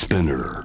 Spinner。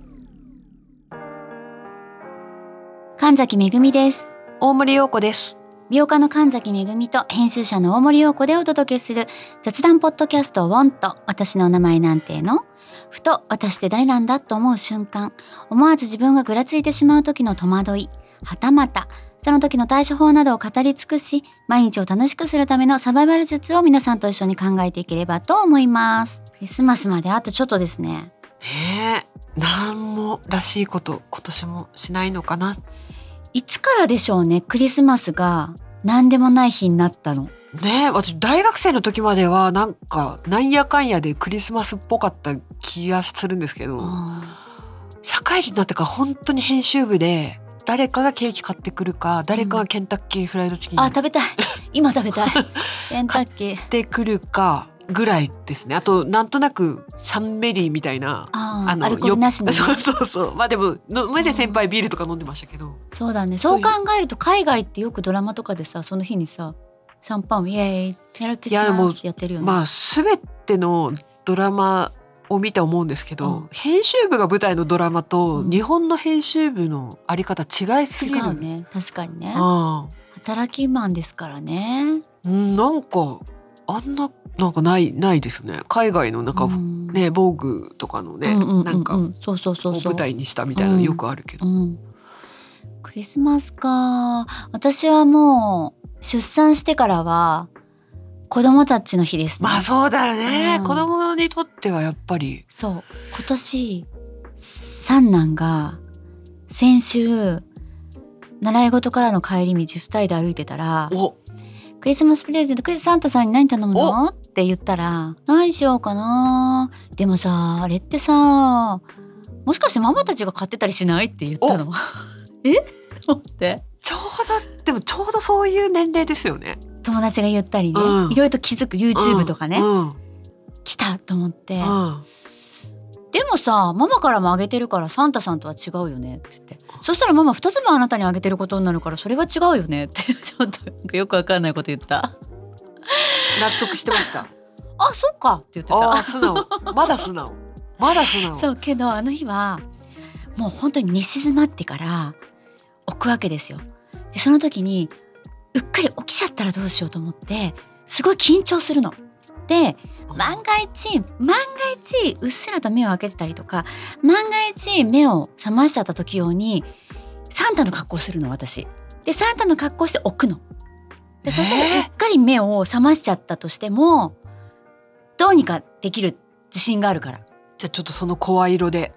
神崎めぐみです。 大森洋子です。 美容家の神崎めぐみと編集者の大森洋子でお届けする雑談ポッドキャストウォンと私のお名前なんてのふと私って誰なんだと思う瞬間、思わず自分がぐらついてしまう時の戸惑い、はたまたその時の対処法などを語り尽くし、毎日を楽しくするためのサバイバル術を皆さんと一緒に考えていければと思います。クリスマスまであとちょっとですね。 ねえ、なんもらしいこと今年もしないのかな。 いつからでしょうね、クリスマスが何でもない日になったの。 ねえ、私大学生の時まではなんやかんやでクリスマスっぽかった気がするんですけど、社会人になってから本当に編集部で誰かがケーキ買ってくるか、誰かがケンタッキーフライドチキン、 食べたい今食べたいケンタッキー買ってくるかぐらいですね。あとなんとなくシャンメリーみたいな、 アルコールなしの、ね、 そうまあでも上で先輩ビールとか飲んでましたけど、 そうだね。そう考えると海外ってよくドラマとかでさ、その日にさシャンパンイエーイメリークリスマスってやってるよね。 まあ全てのドラマを見て思うんですけど、編集部が舞台のドラマと日本の編集部のあり方違いすぎる。 違うね、確かにね。働きマンですからね。 なんかあんななんかないですよね。海外のなんかね、ボーグとかのね、なんかそう舞台にしたみたいなのよくあるけど、 クリスマスか。私はもう出産してからは子供たちの日ですね。 まあそうだよね、子供にとってはやっぱり。 そう今年三男が先週習い事からの帰り道2人で歩いてたら、クリスマスプレゼントサンタさんに何頼むのって言ったら、何しようかな、でもさあれってさもしかしてママたちが買ってたりしないって言ったのえと思って、ちょうどそういう年齢ですよね。 友達が言ったりね、いろいろと気づく YouTube とかね、来たと思って、でもさママからもあげてるからサンタさんとは違うよねって言って、そしたらママ2つもあなたにあげてることになるからそれは違うよねってちょっとよくわかんないこと言った。 納得してましたあ、そっかって言ってた。 素直まだ素直そうけどあの日はもう本当に寝静まってから置くわけですよ。でその時にうっかり起きちゃったらどうしようと思ってすごい緊張するので、万が一うっすらと目を開けてたりとか、万が一目を覚ましちゃった時用にサンタの格好するの私で、サンタの格好して置くので、そしたらうっかり目を覚ましちゃったとしてもどうにかできる自信があるから。 じゃあちょっとその声色で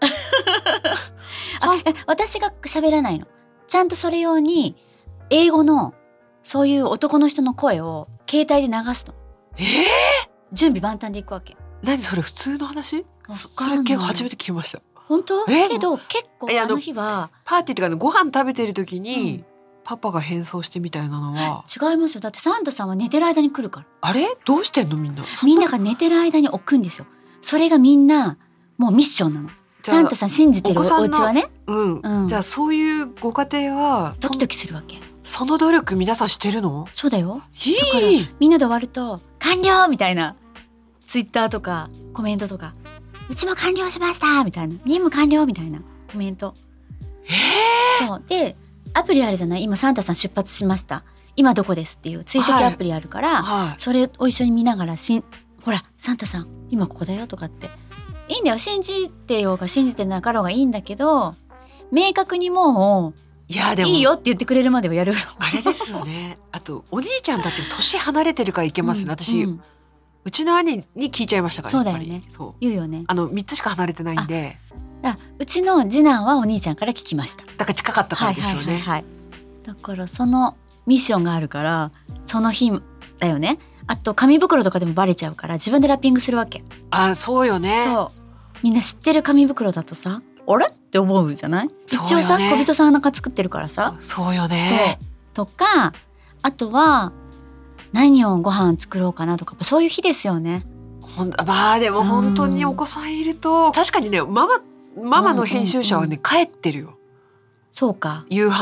私が喋らないの、ちゃんとそれ用に英語のそういう男の人の声を携帯で流すの。準備万端でいくわけ。 何それ、普通の話？それ結構初めて聞きました。 本当？けど結構あの日はパーティーとかのご飯食べてる時に、パパが変装してみたいなのは違いますよ。だってサンタさんは寝てる間に来るから。あれどうしてんのみんなが寝てる間に置くんですよ。それがみんなもうミッションなの。サンタさん信じてるお家はね、 じゃあそういうご家庭はドキドキするわけ。 その努力皆さんしてるの？ そうだよ。だからみんなで終わると完了みたいなツイッターとかコメントとか、うちも完了しましたみたいな、任務完了みたいなコメント。そうでアプリあるじゃない。今サンタさん出発しました、今どこですっていう追跡アプリあるから、それを一緒に見ながらほらサンタさん今ここだよとかって、いいんだよ、信じてようが信じてなかろうがいいんだけど、明確にもういいよって言ってくれるまではやる。 あれですよね。あとお兄ちゃんたちが年離れてるからいけますね。私、うちの兄に聞いちゃいましたから。 そうだよね。言うよね。 3つしか離れてないんで。 うちの次男はお兄ちゃんから聞きました。 だから近かったからですよね。 だからそのミッションがあるからその日だよね。あと紙袋とかでもバレちゃうから自分でラッピングするわけ。 そうよね。 みんな知ってる紙袋だとさ、あれって思うじゃない？一応さ、小人さんなんか作ってるからさ。 そうよね。 とか、あとは何をご飯作ろうかなとか、そういう日ですよね。 まあでも本当にお子さんいると、確かにね、ママの編集者はね、帰ってるよ。 そうか。 夕飯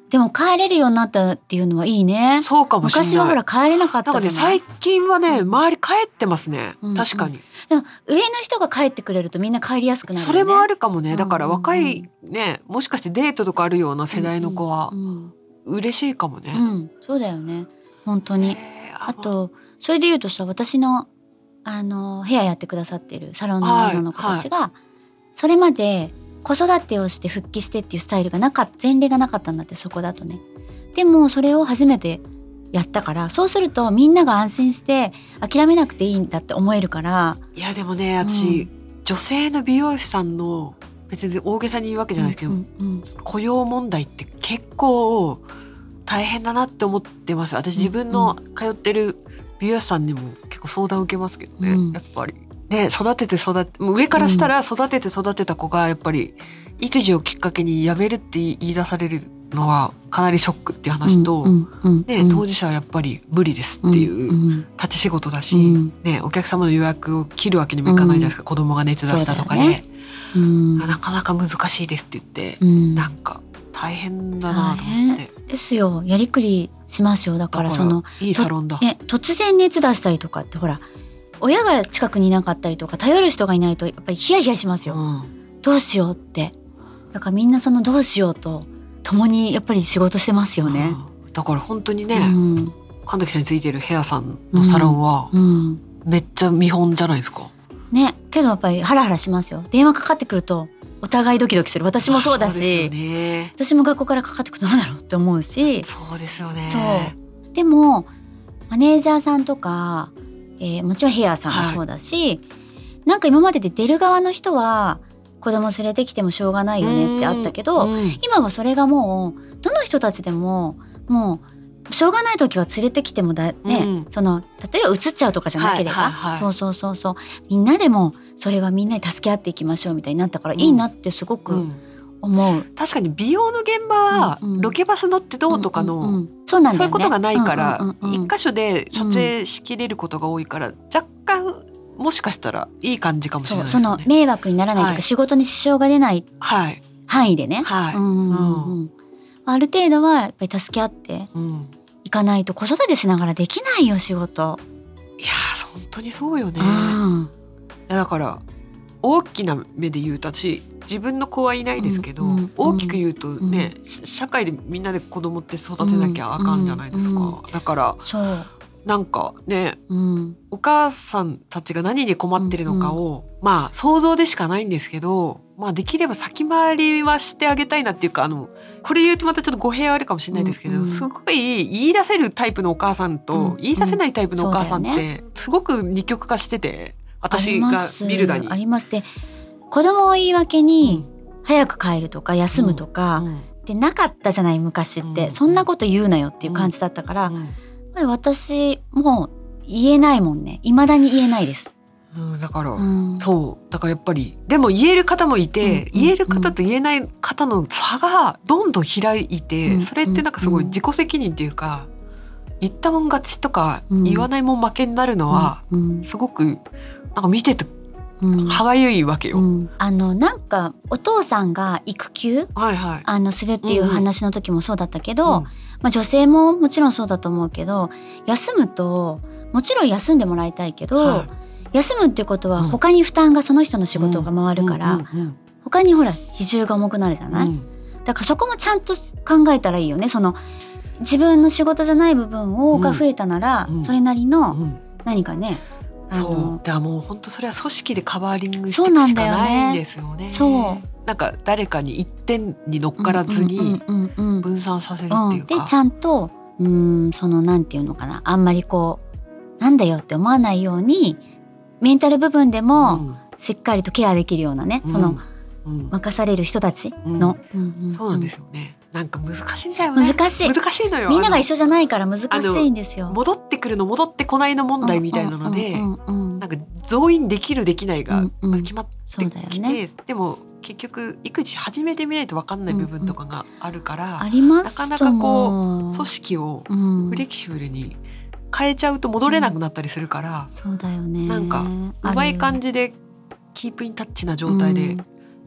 でも帰れるようになったっていうのはいいね。 そうかもしれない。 昔はほら帰れなかったじゃない。 最近はね、周り帰ってますね、確かに。 でも上の人が帰ってくれるとみんな帰りやすくなるよね。 それもあるかもね。だから若いね、もしかしてデートとかあるような世代の子は嬉しいかもね。 そうだよね本当に。あとそれで言うとさ、私のヘアやってくださってるサロンの女の子たちが、それまで子育てをして復帰してっていうスタイルが前例がなかったんだって、そこだとね。でもそれを初めてやったから、そうするとみんなが安心して諦めなくていいんだって思えるから。いやでもね、私、女性の美容師さんの別に大げさに言うわけじゃないですけど、雇用問題って結構大変だなって思ってます。私自分の通ってる美容師さんにも結構相談を受けますけどね、やっぱりね、上からしたら育てた子がやっぱり育児をきっかけに辞めるって言い出されるのはかなりショックっていう話と、当事者はやっぱり無理ですっていう立ち仕事だし、お客様の予約を切るわけにもいかないじゃないですか、子供が熱出したとかで、なかなか難しいですって言って、なんか大変だなと思って。 ですよ、やりくりしますよ。だからいいサロンだ、 突然熱出したりとかってほら親が近くにいなかったりとか頼る人がいないとやっぱりヒヤヒヤしますよ、どうしようって。だからみんなそのどうしようと共にやっぱり仕事してますよね、 だから本当にね、神崎さんについてるヘアさんのサロンは、めっちゃ見本じゃないですかね。 けどやっぱりハラハラしますよ。電話かかってくるとお互いドキドキする。私もそうだし、私も学校からかかってくるとどうだろうって思うし。 そうですよね。 そうでもマネージャーさんとか、もちろんヘアさんもそうだし、なんか今までで出る側の人は子供連れてきてもしょうがないよねってあったけど、今はそれがもうどの人たちでももうしょうがない時は連れてきてもね、その例えば移っちゃうとかじゃなければ、そうみんなでもそれはみんなで助け合っていきましょうみたいになったからいいなってすごく思う。 確かに美容の現場はロケバス乗ってどうとかのそういうことがないから一箇所で撮影しきれることが多いから、若干もしかしたらいい感じかもしれないですね。 その迷惑にならないというか、仕事に支障が出ない範囲でね、ある程度はやっぱり助け合っていかないと子育てしながらできないよ仕事。 いや本当にそうよね。だから大きな目で言うと、私自分の子はいないですけど、大きく言うとね、社会でみんなで子供って育てなきゃあかんじゃないですか。だからなんかね、お母さんたちが何に困ってるのかを、まあ想像でしかないんですけど、まあできれば先回りはしてあげたいなっていうか、これ言うとまたちょっと語弊あるかもしれないですけど、すごい言い出せるタイプのお母さんと言い出せないタイプのお母さんってすごく二極化してて、私が見るだにあります。で子供を言い訳に早く帰るとか休むとかでなかったじゃない、昔って。そんなこと言うなよっていう感じだったから、私もう言えないもんね。未だに言えないです。 だから、そうだからやっぱりでも言える方もいて、言える方と言えない方の差がどんどん開いて、それってなんかすごい自己責任っていうか、言ったもん勝ちとか言わないもん負けになるのは、すごくなんか見てて歯がゆいわけよ。 なんかお父さんが育休、するっていう話の時もそうだったけど、女性ももちろんそうだと思うけど、休むともちろん休んでもらいたいけど、休むってことは他に負担がその人の仕事が回るから、他にほら比重が重くなるじゃない、だからそこもちゃんと考えたらいいよね。その自分の仕事じゃない部分が増えたなら、それなりの何かね、 そうだからもう本当それは組織でカバーリングしていくしかないんですよね。なんか誰かに一点に乗っからずに分散させるっていうか、 でちゃんとそのなんていうのかな、あんまりこうなんだよって思わないようにメンタル部分でもしっかりとケアできるようなね、その任される人たちの、 そうなんですよね。なんか難しいんだよね。難しいのよ。 みんなが一緒じゃないから難しいんですよ。 戻ってくるの戻ってこないの問題みたいなので、なんか増員できるできないが決まってきて、でも結局育児始めてみないと分かんない部分とかがあるから、なかなかこう組織をフレキシブルに変えちゃうと戻れなくなったりするから、 そうだよね。 なんかうまい感じでキープインタッチな状態で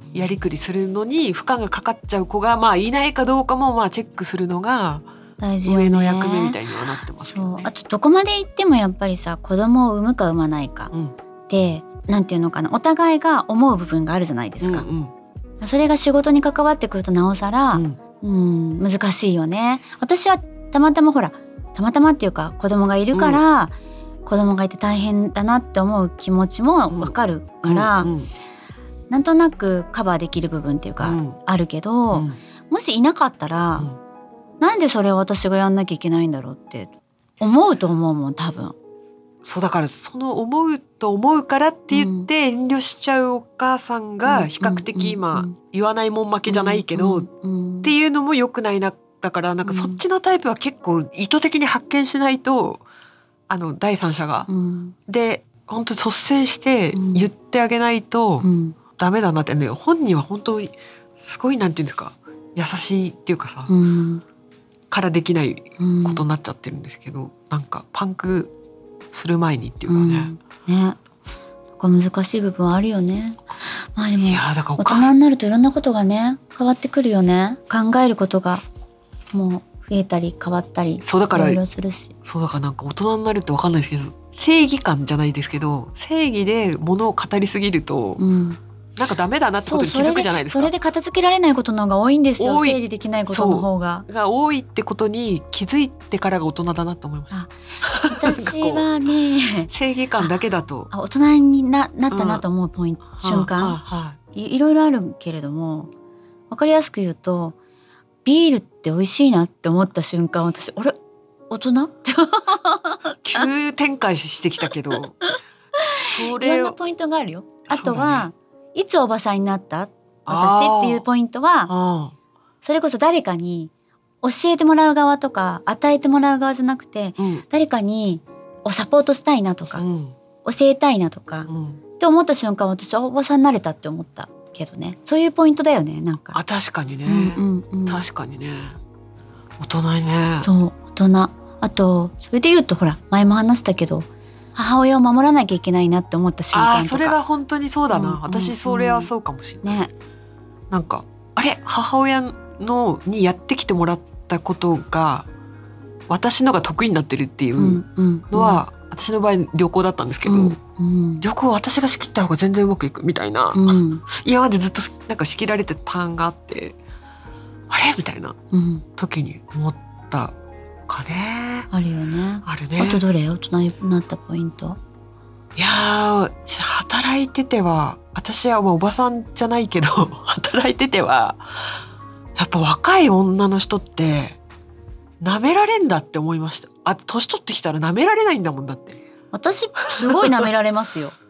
やりくりするのに負荷がかかっちゃう子がまあいないかどうかもまあチェックするのが大事よね。 上の役目みたいにはなってますけどね。 あとどこまで行ってもやっぱりさ、子供を産むか産まないかで、なんていうのかな、お互いが思う部分があるじゃないですか、それが仕事に関わってくるとなおさら、難しいよね。私はたまたまっていうか子供がいるから、子供がいて大変だなって思う気持ちもわかるから、なんとなくカバーできる部分っていうか、あるけど、もしいなかったら、なんでそれを私がやんなきゃいけないんだろうって思うと思うもん、多分。 そうだから、その思うと思うからって言って遠慮しちゃうお母さんが比較的今言わないもん負けじゃないけどっていうのも良くないな。だからなんかそっちのタイプは結構意図的に発見しないと、第三者が、で本当に率先して言ってあげないとダメだなってね。本人は本当にすごいなんていうんですか、優しいっていうかさ、からできないことになっちゃってるんですけど、なんかパンクする前にっていうかね。 ね、難しい部分はあるよね。まあでもいやだから大人になるといろんなことがね変わってくるよね。考えることがもう増えたり変わったり、 そうだからいろいろするし。 そうだからなんか大人になると分かんないですけど、正義感じゃないですけど、正義で物を語りすぎると、なんかダメだなってことに気づくじゃないですか。 それで片付けられないことの方が多いんですよ。整理できないことの方が多いってことに気づいてからが大人だなと思いました。 私はね正義感だけだと大人に なったなと思う瞬間、いろいろあるけれども、分かりやすく言うとビールって美味しいなって思った瞬間、私あれ大人急展開してきたけどそれいろんなポイントがあるよ。あとは、いつおばさんになった私っていうポイントは、それこそ誰かに教えてもらう側とか与えてもらう側じゃなくて、誰かにサポートしたいなとか、教えたいなとか、って思った瞬間、私おばさんになれたって思ったけどね。そういうポイントだよね。なんか確かにね、確かにね、大人にね。 そう大人。あとそれで言うとほら前も話したけど、母親を守らなきゃいけないなって思った瞬間とか。 それは本当にそうだな、私それはそうかもしれない、なんかあれ母親にやってきてもらったことが私のが得意になってるっていうのは、私の場合旅行だったんですけど、旅行私が仕切った方が全然うまくいくみたいな、今までずっとなんか仕切られてたターンがあって、あれみたいな時に思ったかね。 あるよね。 あるね。 あとどれ大人になったポイント？ いや働いてては、私はもうおばさんじゃないけど働いててはやっぱ若い女の人って舐められんだって思いました。年取ってきたら舐められないんだもん。だって私すごい舐められますよ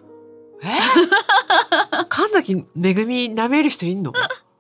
神崎めぐみ舐める人いんの？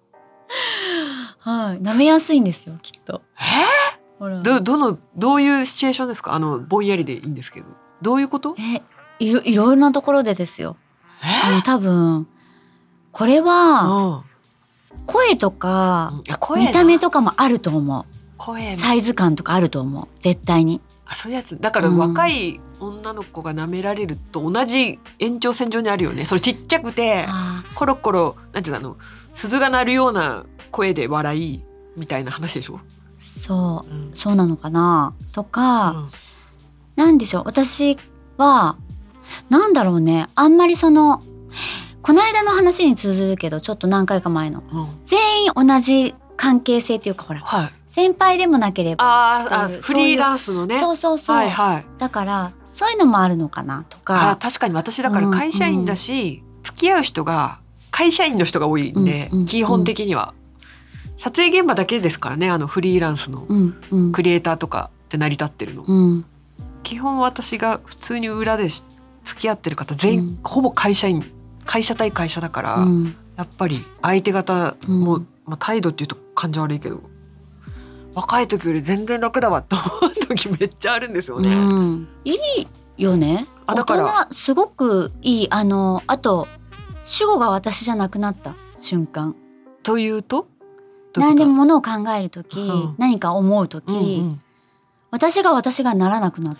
はい、舐めやすいんですよきっと。ほらどういうシチュエーションですか？ぼんやりでいいんですけど、どういうこと？ いろんなところでですよ。多分これは声とか見た目とかもあると思う。サイズ感とかあると思う、絶対に。そういうやつだから、若い女の子が舐められると同じ延長線上にあるよね。それちっちゃくてコロコロなんていうの、鈴が鳴るような声で笑いみたいな話でしょ。そうなのかなとか、なんでしょう。私はなんだろうね、あんまりこの間の話に通ずるけど、ちょっと何回か前の、全員同じ関係性っていうか、ほら、先輩でもなければフリーランスのね。そう、 だからそういうのもあるのかなとか。 確かに私だから会社員だし、付き合う人が会社員の人が多いんで、基本的には撮影現場だけですからね。フリーランスのクリエイターとかって成り立ってるの、基本私が普通に裏で付き合ってる方全員、ほぼ会社員、会社対会社だから、やっぱり相手方も、態度っていうと感じ悪いけど、若い時より全然楽だわと思う時めっちゃあるんですよね。 いいよね。だからすごくいい。あと主語が私じゃなくなった瞬間というと、 何でもものを考える時、何か思う時、私がならなくなった。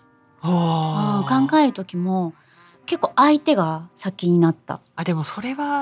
考える時も結構相手が先になった。 でもそれは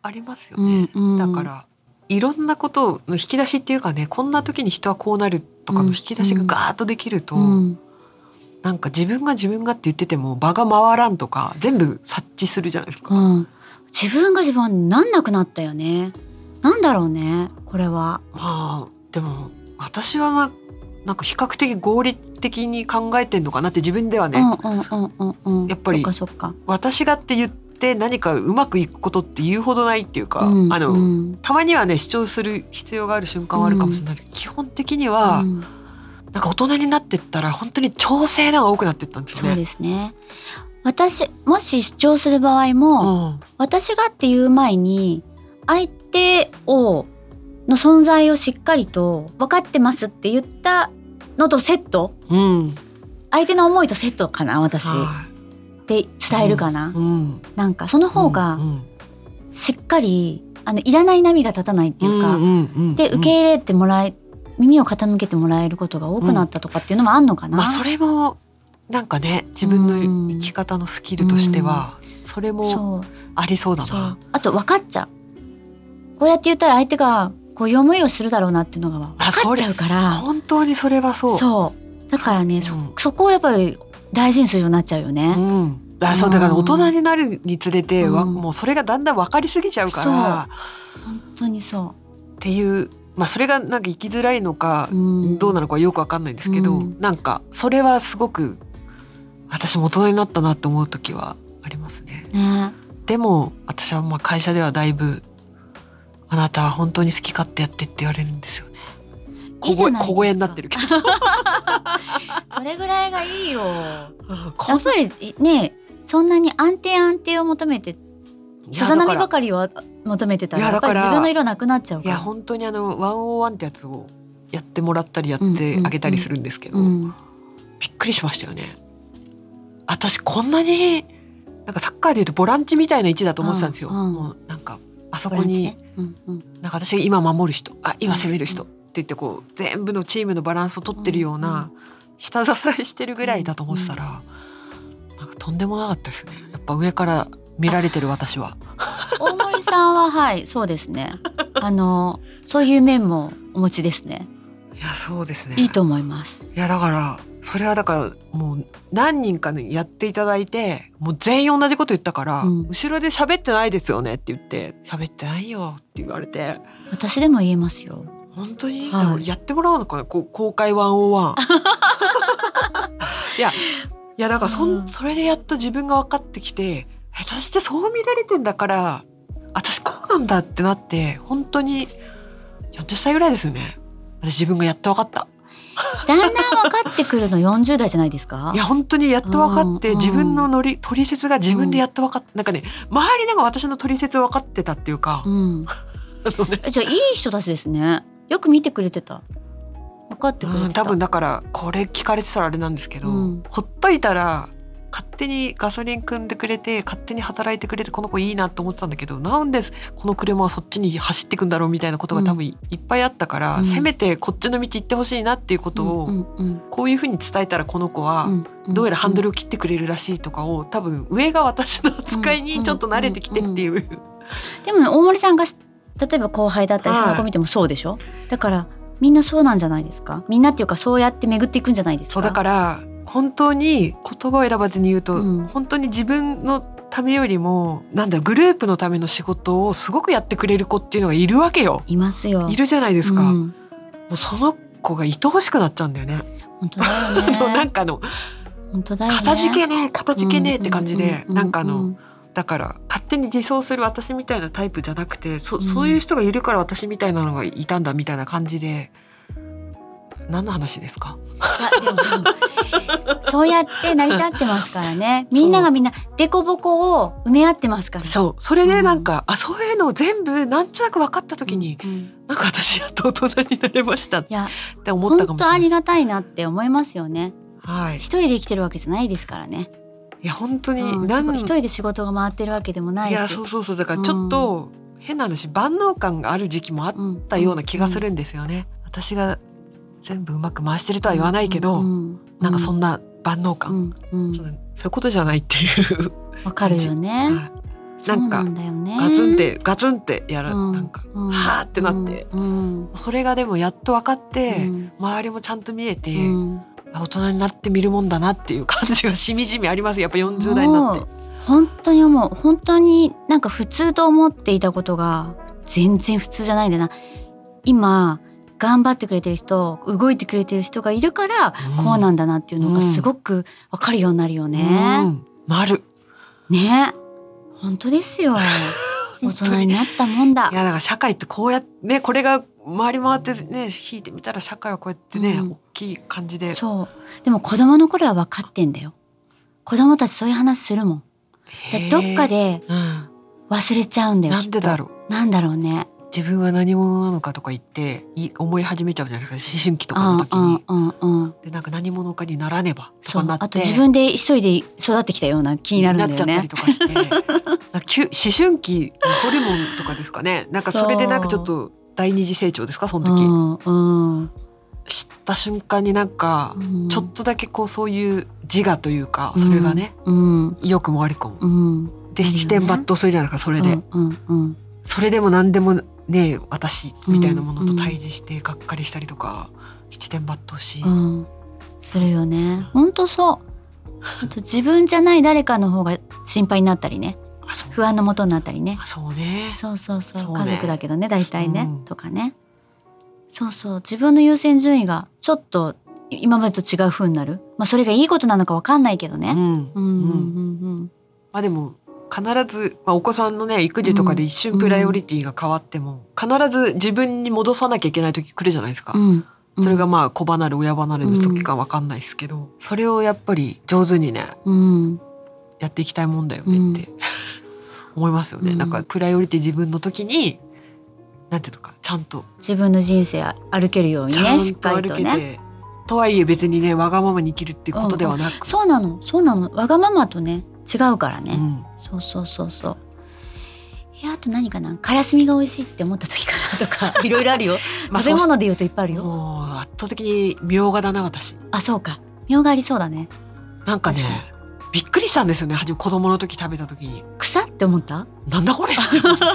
ありますよね、だからいろんなことの引き出しっていうかね、こんな時に人はこうなるとかの引き出しがガーッとできると、なんか自分がって言ってても場が回らんとか全部察知するじゃないですか、 自分が自分になんなくなったよね。なんだろうねこれは。 まあでも私はなんか比較的合理的に考えてんのかなって自分ではね、やっぱり私がって言って何かうまくいくことって言うほどないっていうか、たまにはね主張する必要がある瞬間はあるかもしれないけど、基本的には、なんか大人になってったら本当に調整が多くなってったんですよね。 そうですね。私もし主張する場合も、私がっていう前に相手の存在をしっかりと分かってますって言ったのとセット、相手の思いとセットかな私って伝えるかな、なんかその方がしっかりいらない波が立たないっていうか、で受け入れてもらえ、耳を傾けてもらえることが多くなったとかっていうのもあんのかな、 それもなんかね自分の生き方のスキルとしてはそれもありそうだな。 あと分かっちゃう、こうやって言ったら相手がこういう思いをするだろうなっていうのが分かっちゃうから、 本当にそれはそうだからね、そこをやっぱり大事にするようになっちゃうよね、 そうだから大人になるにつれて、もうそれがだんだん分かりすぎちゃうから、 本当にそうっていう、それがなんか生きづらいのか、どうなのかよく分かんないんですけど、なんかそれはすごく私も大人になったなって思う時はありますね。でも私は会社ではだいぶあなたは本当に好き勝手やってって言われるんですよね。小声になってるけどそれぐらいがいいよやっぱりね、そんなに安定を求めてさざ波ばかりを求めてたらやっぱり自分の色なくなっちゃうから。 いや本当に101ってやつをやってもらったりやってあげたりするんですけど、びっくりしましたよね。私こんなになんかサッカーでいうとボランチみたいな位置だと思ってたんですよ、もうなんかあそこに、なんか私が今守る人、今攻める人って言ってこう全部のチームのバランスを取ってるような、下支えしてるぐらいだと思ってたら、なんかとんでもなかったですね。やっぱ上から見られてる私は大森さんははいそうですねそういう面もお持ちですね。 いやそうですね、 いいと思います。 いやだからそれはだからもう何人かにやっていただいて、もう全員同じこと言ったから、後ろで喋ってないですよねって言って、喋ってないよって言われて、 私でも言えますよ。 本当に、やってもらうのかな、公開101いやだからそれでやっと自分が分かってきて、私ってそう見られてんだから私こうなんだってなって、本当に40歳ぐらいですよね、私自分がやっと分かった。 だんだん分かってくるの40代じゃないですか。 いや本当にやっと分かって、自分の取説が自分でやっと分かって、なんかね周りが私の取説分かってたっていうか、じゃあいい人たちですね。よく見てくれてた、分かってくれてた、 多分だからこれ聞かれてたらあれなんですけど、ほっといたら勝手にガソリン汲んでくれて勝手に働いてくれて、この子いいなと思ってたんだけど、なんでこの車はそっちに走ってくんだろうみたいなことが多分いっぱいあったから、せめてこっちの道行ってほしいなっていうことを、こういうふうに伝えたらこの子はどうやらハンドルを切ってくれるらしいとかを、多分上が私の扱いにちょっと慣れてきてっていう、 でも大森さんが例えば後輩だったりその子見てもそうでしょ、だからみんなそうなんじゃないですか。みんなっていうかそうやって巡っていくんじゃないですか。 そうだから本当に言葉を選ばずに言うと、本当に自分のためよりもグループのための仕事をすごくやってくれる子っていうのがいるわけよ。 いますよ。 いるじゃないですか、もうその子が愛おしくなっちゃうんだよね。 本当だよねなんか本当だよね、 かたじけねえって感じで、なんかだから勝手に自走する私みたいなタイプじゃなくて、そういう人がいるから私みたいなのがいたんだみたいな感じで。何の話ですか。 でもそうやって成り立ってますからね。みんながみんなデコボコを埋め合ってますから。 それでなんか、そういうのを全部なんとなく分かった時に、なんか私やっと大人になれましたって思ったかもしれない。 本当ありがたいなって思いますよね。一人で生きてるわけじゃないですからね。 いや本当に一人で仕事が回ってるわけでもないし。 いやそうだからちょっと変な話、万能感がある時期もあったような気がするんですよね。私が全部うまく回してるとは言わないけど、なんかそんな万能感、そういうことじゃないっていうわかるよね、 なんかガツンってやら、なんかはーってなって、それがでもやっと分かって、周りもちゃんと見えて、大人になってみるもんだなっていう感じがしみじみあります。やっぱ40代になって。 本当に思う。本当になんか普通と思っていたことが全然普通じゃないんだな。今頑張ってくれてる人、動いてくれてる人がいるからこうなんだなっていうのがすごく分かるようになるよね。 なるね、本当ですよ。大人になったもんだ。 いやだから社会ってこうやってね、これが回り回ってね、引いてみたら社会はこうやってね、大きい感じで。 そう。でも子供の頃は分かってんだよ。子供たちそういう話するもん。でどっかで忘れちゃうんだよ。 なんでだろう。 なんだろうね。 自分は何者なのかとか言って思い始めちゃうじゃないですか、思春期とかの時に。でなんか何者かにならねばとかなって、 あと自分で一人で育ってきたような気になるんだよね。 なっちゃったりとかして思春期のホルモンとかですかね。なんかそれでなんかちょっと第二次成長ですか、その時。知った瞬間になんかちょっとだけこうそういう自我というか、それがね、良くも悪くも、で七点抜刀するじゃないですか。それで、それでも何でもね、私みたいなものと対峙してがっかりしたりとか、七点抜刀し、 するよね。本当そう。あと自分じゃない誰かの方が心配になったりね、不安のもとになったりね。 そうね。 そう、家族だけどね、大体ね、とかね。そう自分の優先順位がちょっと今までと違う風になる。それがいいことなのか分かんないけどね。 でも必ず、お子さんのね育児とかで一瞬プライオリティが変わっても、必ず自分に戻さなきゃいけない時来るじゃないですか。それが子離れ親離れの時か分かんないですけど、それをやっぱり上手にね、やっていきたいもんだよねって思いますよね。なんかプライオリティ自分の時になんていうのか、ちゃんと自分の人生歩けるようにね、しっかりとね。 とはいえ別にねわがままに生きるっていうことではなく、 そうなのわがままとね違うからね。そうあと何かな、カラスミが美味しいって思った時かなとかいろいろあるよ。食べ物で言うといっぱいあるよ。 もう圧倒的にみょうがだな私。 そうか、みょうがありそうだね。 なんかねびっくりしたんですよね。初め子供の時食べた時に草って思った。 なんだこれって思って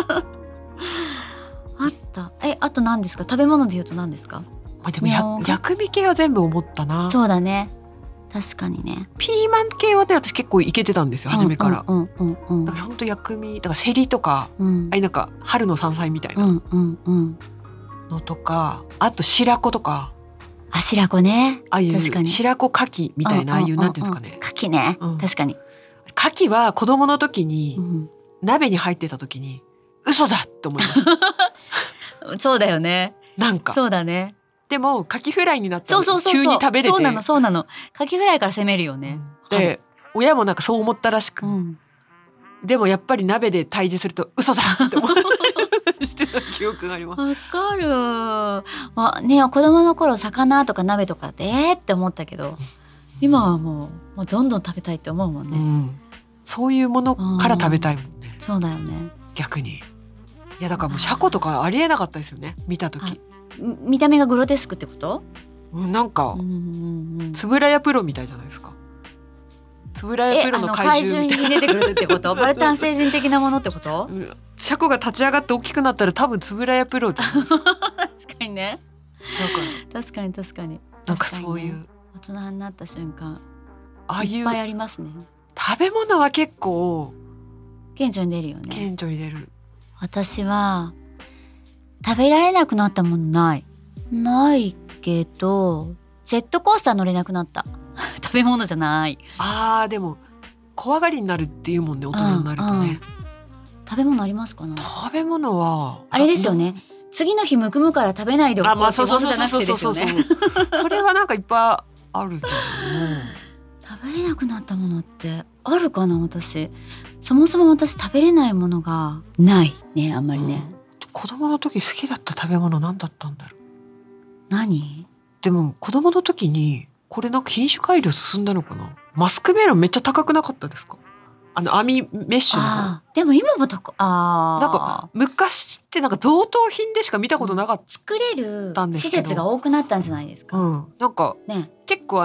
あった。あと何ですか。食べ物で言うと何ですか。 でも薬味系は全部思ったな。そうだね、確かにね。 ピーマン系はね私結構いけてたんですよ、初めから。なんか本当薬味だからセリとか、なんか春の山菜みたいなのとか、あと白子とか。 白子ね。 ああいう白子牡蠣みたいな、ああいうなんていうのかね、 牡蠣ね、確かに。 牡蠣は子供の時に鍋に入ってた時に嘘だって思いましたそうだよね。 なんかそうだね。 でもカキフライになったら急に食べれて、 そうなのカキフライから攻めるよね。 で親もなんかそう思ったらしく、でもやっぱり鍋で対峙すると嘘だって思ってしてた記憶があります。 わかる。ね、子供の頃魚とか鍋とかでって思ったけど、今はもうどんどん食べたいって思うもんね。 そういうものから食べたいもんね。 そうだよね。 逆に。いやだからもうシャコとかありえなかったですよね、見た時。 見た目がグロテスクってこと？ なんかつぶらやプロみたいじゃないですか。つぶらやプロの怪獣みたいな。 怪獣に出てくるってことバルタン星人的なものってこと？ シャコが立ち上がって大きくなったら多分つぶらやプロじゃないですか。 確かにね。確かに。 なんかそういう大人になった瞬間ああいういっぱいありますね。 食べ物は結構顕著に出るよね。 顕著に出る。 私は食べられなくなったものないけど、ジェットコースター乗れなくなった食べ物じゃない。 でも怖がりになるっていうもんね、大人になるとね。 食べ物ありますかね。 食べ物はあれですよね、次の日むくむから食べないでおこうってものじゃなくてですよね。 それはなんかいっぱいあるけども食べれなくなったものってあるかな。私そもそも食べれないものがないね、あんまりね。 子供の時好きだった食べ物何だったんだろう。 何？ でも子供の時にこれなんか品種改良進んだのかな。マスクメロンめっちゃ高くなかったですか？網メッシュの。 でも今もなんか昔ってなんか贈答品でしか見たことなかった、 作れる施設が多くなったんじゃないですか。 なんか、結構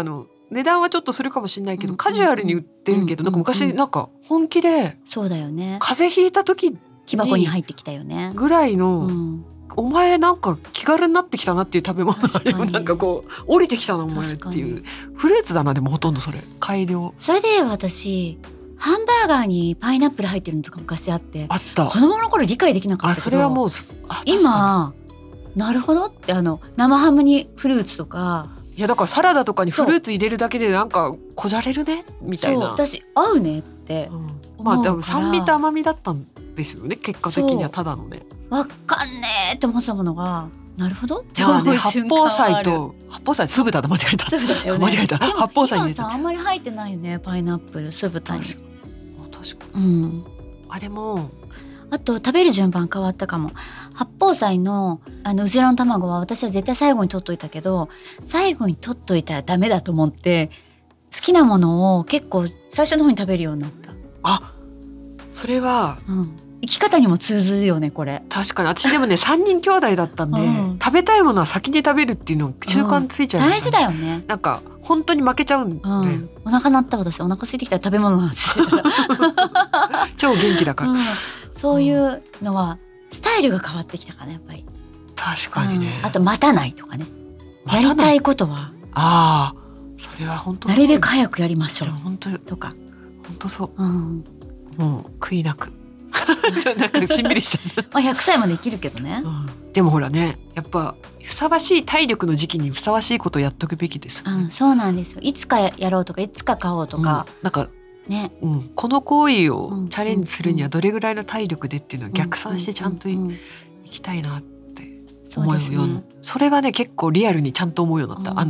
値段はちょっとするかもしれないけど、 うんカジュアルに売ってるけど、 うんなんか昔なんか本気でそうだよね。 風邪ひいた時木箱に入ってきたよね。 ぐらいの、 うんお前なんか気軽になってきたなっていう食べ物が確かになんかこう降りてきたなお前っていうフルーツだな。でもほとんどそれ改良それで私ハンバーガーにパイナップル入ってるのとか昔あってあった。 子供の頃理解できなかったけど、 それはもう今なるほどって生ハムにフルーツとかいやだからサラダとかにフルーツ入れるだけでなんかこじゃれるねみたいな。 そう私合うねってまあ思うから、 多分酸味と甘みだったんですよね結果的にはただのね。 わかんねえって思ってたものがなるほどってまあね、 思う瞬間はある。 八宝菜酢豚だ間違えた。 酢豚だよね。 間違えた。 でも八宝菜に入れた。 今さあんまり入ってないよねパイナップル酢豚に。 確かうん。 でもあと食べる順番変わったかも。八宝菜のうずらの卵は私は絶対最後に取っといたけど最後に取っといたらダメだと思って好きなものを結構最初の方に食べるようになった。 それは、 生き方にも通ずるよねこれ。 確かに私でもね3人兄弟だったんで、食べたいものは先に食べるっていうの習慣ついちゃう、 大事だよね。 なんか本当に負けちゃうんで、 お腹鳴った私お腹空いてきたら食べ物の話してた超元気だから、 そういうのはスタイルが変わってきたかなやっぱり。 確かにね、 あと待たないとかね。やりたいことはそれは本当なるべく早くやりましょう本当とか本当そう、もう悔いなくなんかしんみりしちゃう 100歳まで生きるけどね、 でもほらねやっぱふさわしい体力の時期にふさわしいことをやっとくべきです、 そうなんですよ。いつかやろうとかいつか買おうとか、 なんかね、 この行為をチャレンジするにはどれぐらいの体力でっていうのを逆算してちゃんといきたいなって思うように、それはね結構リアルにちゃんと思うようになった。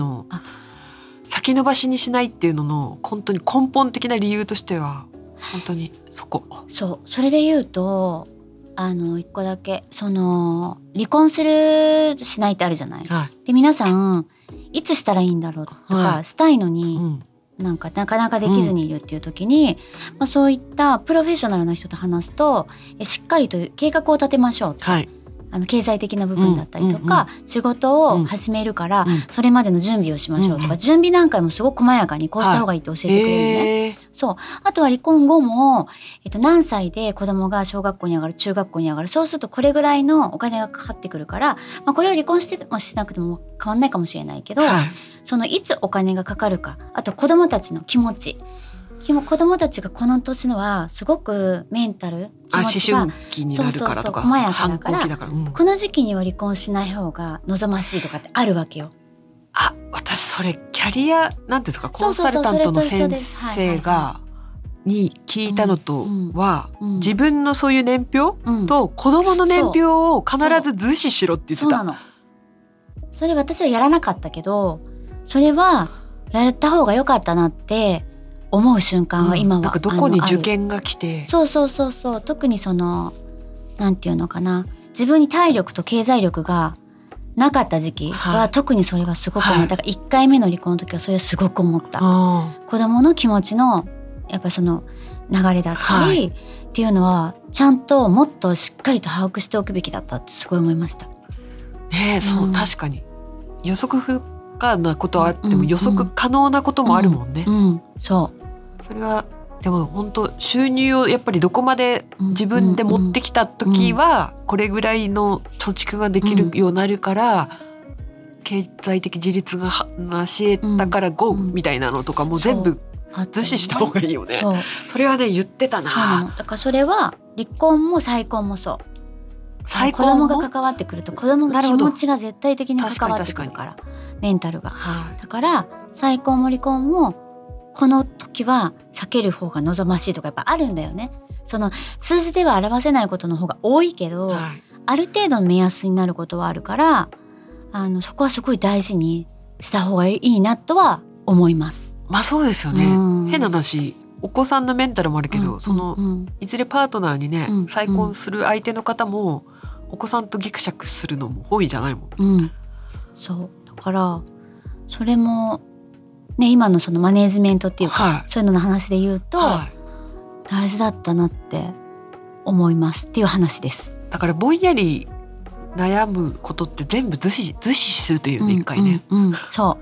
先延ばしにしないっていうのの本当に根本的な理由としては本当にそれで言うと一個だけ離婚するしないってあるじゃない、で皆さんいつしたらいいんだろうとか、したいのに、なかなかできずにいるっていう時に、そういったプロフェッショナルな人と話すとしっかりと計画を立てましょうと、経済的な部分だったりとか、仕事を始めるから、それまでの準備をしましょうとか、準備段階もすごく細やかにこうした方がいいって教えてくれるね。そう。あとは離婚後も、何歳で子供が小学校に上がる中学校に上がる、そうするとこれぐらいのお金がかかってくるから、これを離婚してもしてなくても変わんないかもしれないけど、いつお金がかかるか、あと子供たちの気持ち。子供たちがこの年のはすごくメンタル気持ちが思春期になるからとか細やかだから、この時期には離婚しない方が望ましいとかってあるわけよ。 私それキャリアなんていうんですか、コンサルタントの先生がに聞いたのとは、自分のそういう年表と子供の年表を必ず図示しろって言ってた。 そうなの。それ私はやらなかったけど、それはやった方が良かったなって思う瞬間は今は、 なんかどこに受験が来て、 そう特になんていうのかな、自分に体力と経済力がなかった時期は、特にそれはすごく思った。だから1回目の離婚の時はそれはすごく思った。子供の気持ちのやっぱ流れだったりっていうのはちゃんともっとしっかりと把握しておくべきだったってすごい思いました。 そう確かに予測不可なことはあっても予測可能なこともあるもんね。それはでも本当収入をやっぱりどこまで自分で持ってきた時はこれぐらいの貯蓄ができるようになるから、経済的自立が成し得たからゴーみたいなのとかも全部図示した方がいいよね。それはね言ってたな。 そうなの。だからそれは離婚も再婚もそう。子供が関わってくると子供の気持ちが絶対的に関わってくるから、メンタルが、だから再婚も離婚もこの時は避ける方が望ましいとかやっぱあるんだよね。数字では表せないことの方が多いけど、ある程度の目安になることはあるから、そこはすごい大事にした方がいいなとは思います。 そうですよね。変な話、お子さんのメンタルもあるけど、いずれパートナーにね、再婚する相手の方もお子さんとギクシャクするのも多いじゃないもん。 そうだからそれもね、今のマネージメントっていうか、そういうのの話で言うと、大事だったなって思いますっていう話です。 だからぼんやり悩むことって全部図示するというね、一回ね。 そう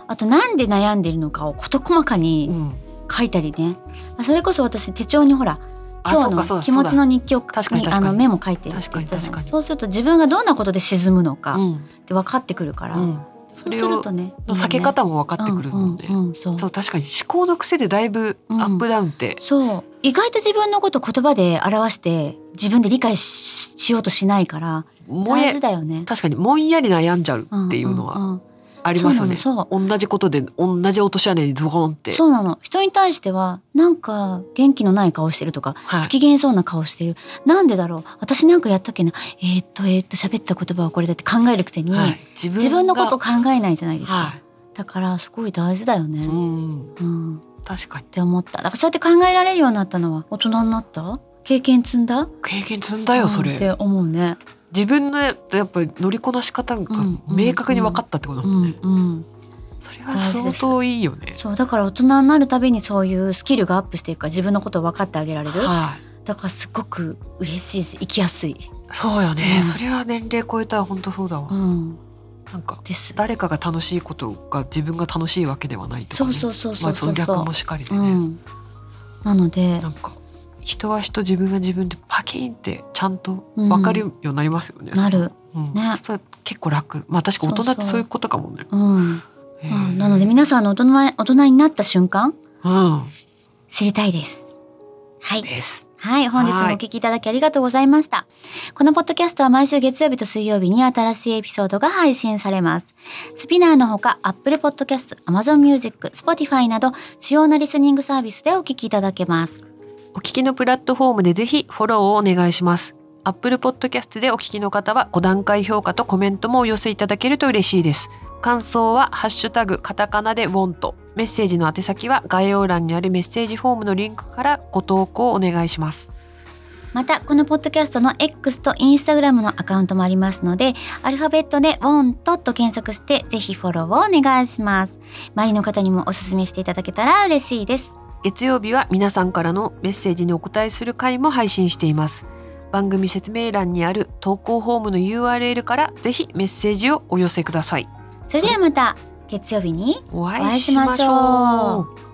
あとなんで悩んでるのかを事細かに書いたりね、それこそ私手帳にほら今日の気持ちの日記をメモ書いてるって言ったじゃない。そうすると自分がどんなことで沈むのかって分かってくるから、 それをの避け方も分かってくるもんね。そう確かに思考の癖でだいぶアップダウンって、 そう意外と自分のこと言葉で表して自分で理解 しようとしないから大事だよね。 確かにもんやり悩んじゃうっていうのはありますよね。同じことで同じ落とし穴にズコンって。 そうなの。人に対してはなんか元気のない顔してるとか、不機嫌そうな顔してる、なんでだろう、私なんかやったっけな、喋った言葉はこれだって考えるくせに、自分のこと考えないじゃないですか。だからすごい大事だよね。 確かにって思った。だからそうやって考えられるようになったのは大人になった？経験積んだよそれって思うね。 自分のやっぱり乗りこなし方が明確に分かったってことだもんね。それは相当いいよね。 そうだから大人になるたびにそういうスキルがアップしていくから自分のことを分かってあげられる、だからすごく嬉しいし生きやすい。 そうよね、それは年齢超えたら本当そうだわ。なんか誰かが楽しいことが自分が楽しいわけではないとかね。その逆もしかりでね。 なのでなんか人は人、自分は自分でパキンってちゃんと分かるようになりますよね。 なる、 それ結構楽。確か大人ってそういうことかもね。 なので皆さんの大人になった瞬間、知りたいです。はい、本日もお聞きいただきありがとうございました。このポッドキャストは毎週月曜日と水曜日に新しいエピソードが配信されます。スピナーのほか Apple Podcast、Amazon Music、Spotify など主要なリスニングサービスでお聞きいただけます。 お聞きのプラットフォームでぜひフォローをお願いします。Apple Podcast でお聞きの方は5段階評価とコメントもお寄せいただけると嬉しいです。感想はハッシュタグカタカナでWANT、メッセージの宛先は概要欄にあるメッセージフォームのリンクからご投稿お願いします。 またこのポッドキャストの X と Instagram のアカウントもありますので、アルファベットで WANT と検索してぜひフォローをお願いします。周りの方にもお勧めしていただけたら嬉しいです。 月曜日は皆さんからのメッセージにお答えする回も配信しています。番組説明欄にある投稿フォームの URL からぜひメッセージをお寄せください。 それではまた月曜日にお会いしましょう。